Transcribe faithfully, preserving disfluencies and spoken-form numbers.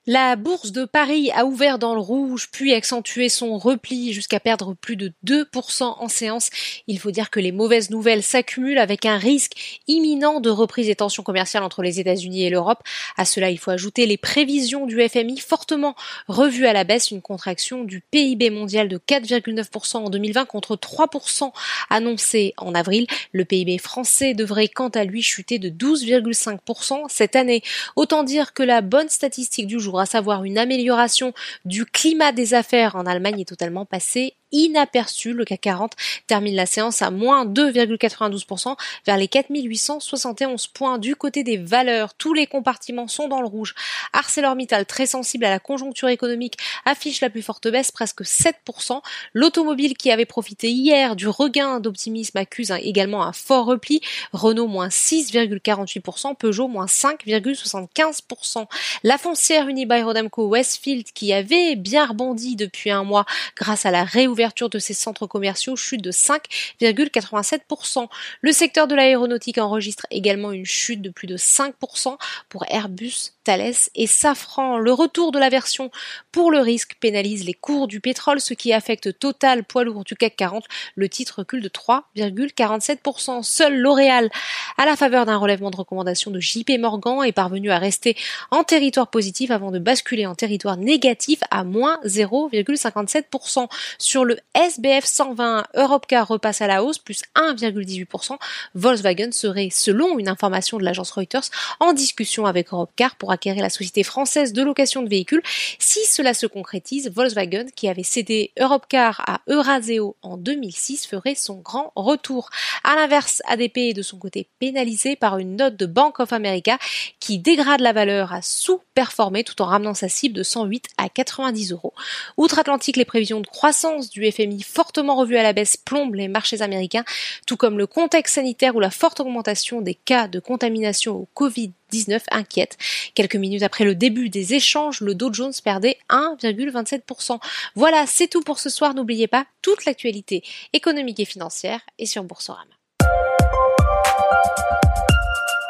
La bourse de Paris a ouvert dans le rouge, puis accentué son repli jusqu'à perdre plus de deux pour cent en séance. Il faut dire que les mauvaises nouvelles s'accumulent avec un risque imminent de reprise des tensions commerciales entre les États-Unis et l'Europe. À cela, il faut ajouter les prévisions du F M I fortement revues à la baisse, une contraction du P I B mondial de quatre virgule neuf pour cent en deux mille vingt contre trois pour cent annoncé en avril. Le P I B français devrait quant à lui chuter de douze virgule cinq pour cent cette année. Autant dire que la bonne statistique du jour, à savoir une amélioration du climat des affaires en Allemagne, est totalement passée inaperçu. Le C A C quarante termine la séance à moins deux virgule quatre-vingt-douze pour cent vers les quatre mille huit cent soixante et onze points. Du côté des valeurs, tous les compartiments sont dans le rouge. ArcelorMittal, très sensible à la conjoncture économique, affiche la plus forte baisse, presque sept pour cent. L'automobile, qui avait profité hier du regain d'optimisme, accuse également un fort repli. Renault, moins six virgule quarante-huit pour cent, Peugeot, moins cinq virgule soixante-quinze pour cent. La foncière Unibail-Rodamco-Westfield, qui avait bien rebondi depuis un mois grâce à la réouverture de ses centres commerciaux, chute de cinq virgule quatre-vingt-sept pour cent. Le secteur de l'aéronautique enregistre également une chute de plus de cinq pour cent pour Airbus, Thales et Safran. Le retour de l'aversion pour le risque pénalise les cours du pétrole, ce qui affecte Total, poids lourd du C A C quarante. Le titre recule de trois virgule quarante-sept pour cent. Seul L'Oréal, à la faveur d'un relèvement de recommandation de J P Morgan, est parvenu à rester en territoire positif avant de basculer en territoire négatif à moins zéro virgule cinquante-sept pour cent. Sur le S B F cent vingt, Europcar repasse à la hausse, plus un virgule dix-huit pour cent. Volkswagen serait, selon une information de l'agence Reuters, en discussion avec Europcar pour acquérir la société française de location de véhicules. Si cela se concrétise, Volkswagen, qui avait cédé Europcar à Euraseo en deux mille six, ferait son grand retour. À l'inverse, A D P est de son côté pénalisé par une note de Bank of America qui dégrade la valeur à sous-performer tout en ramenant sa cible de cent huit à quatre-vingt-dix euros. Outre-Atlantique, les prévisions de croissance du F M I fortement revues à la baisse plombent les marchés américains, tout comme le contexte sanitaire où la forte augmentation des cas de contamination au covid dix-neuf inquiète. Quelques minutes après le début des échanges, le Dow Jones perdait un virgule vingt-sept pour cent. Voilà, c'est tout pour ce soir. N'oubliez pas, toute l'actualité économique et financière est sur Boursorama.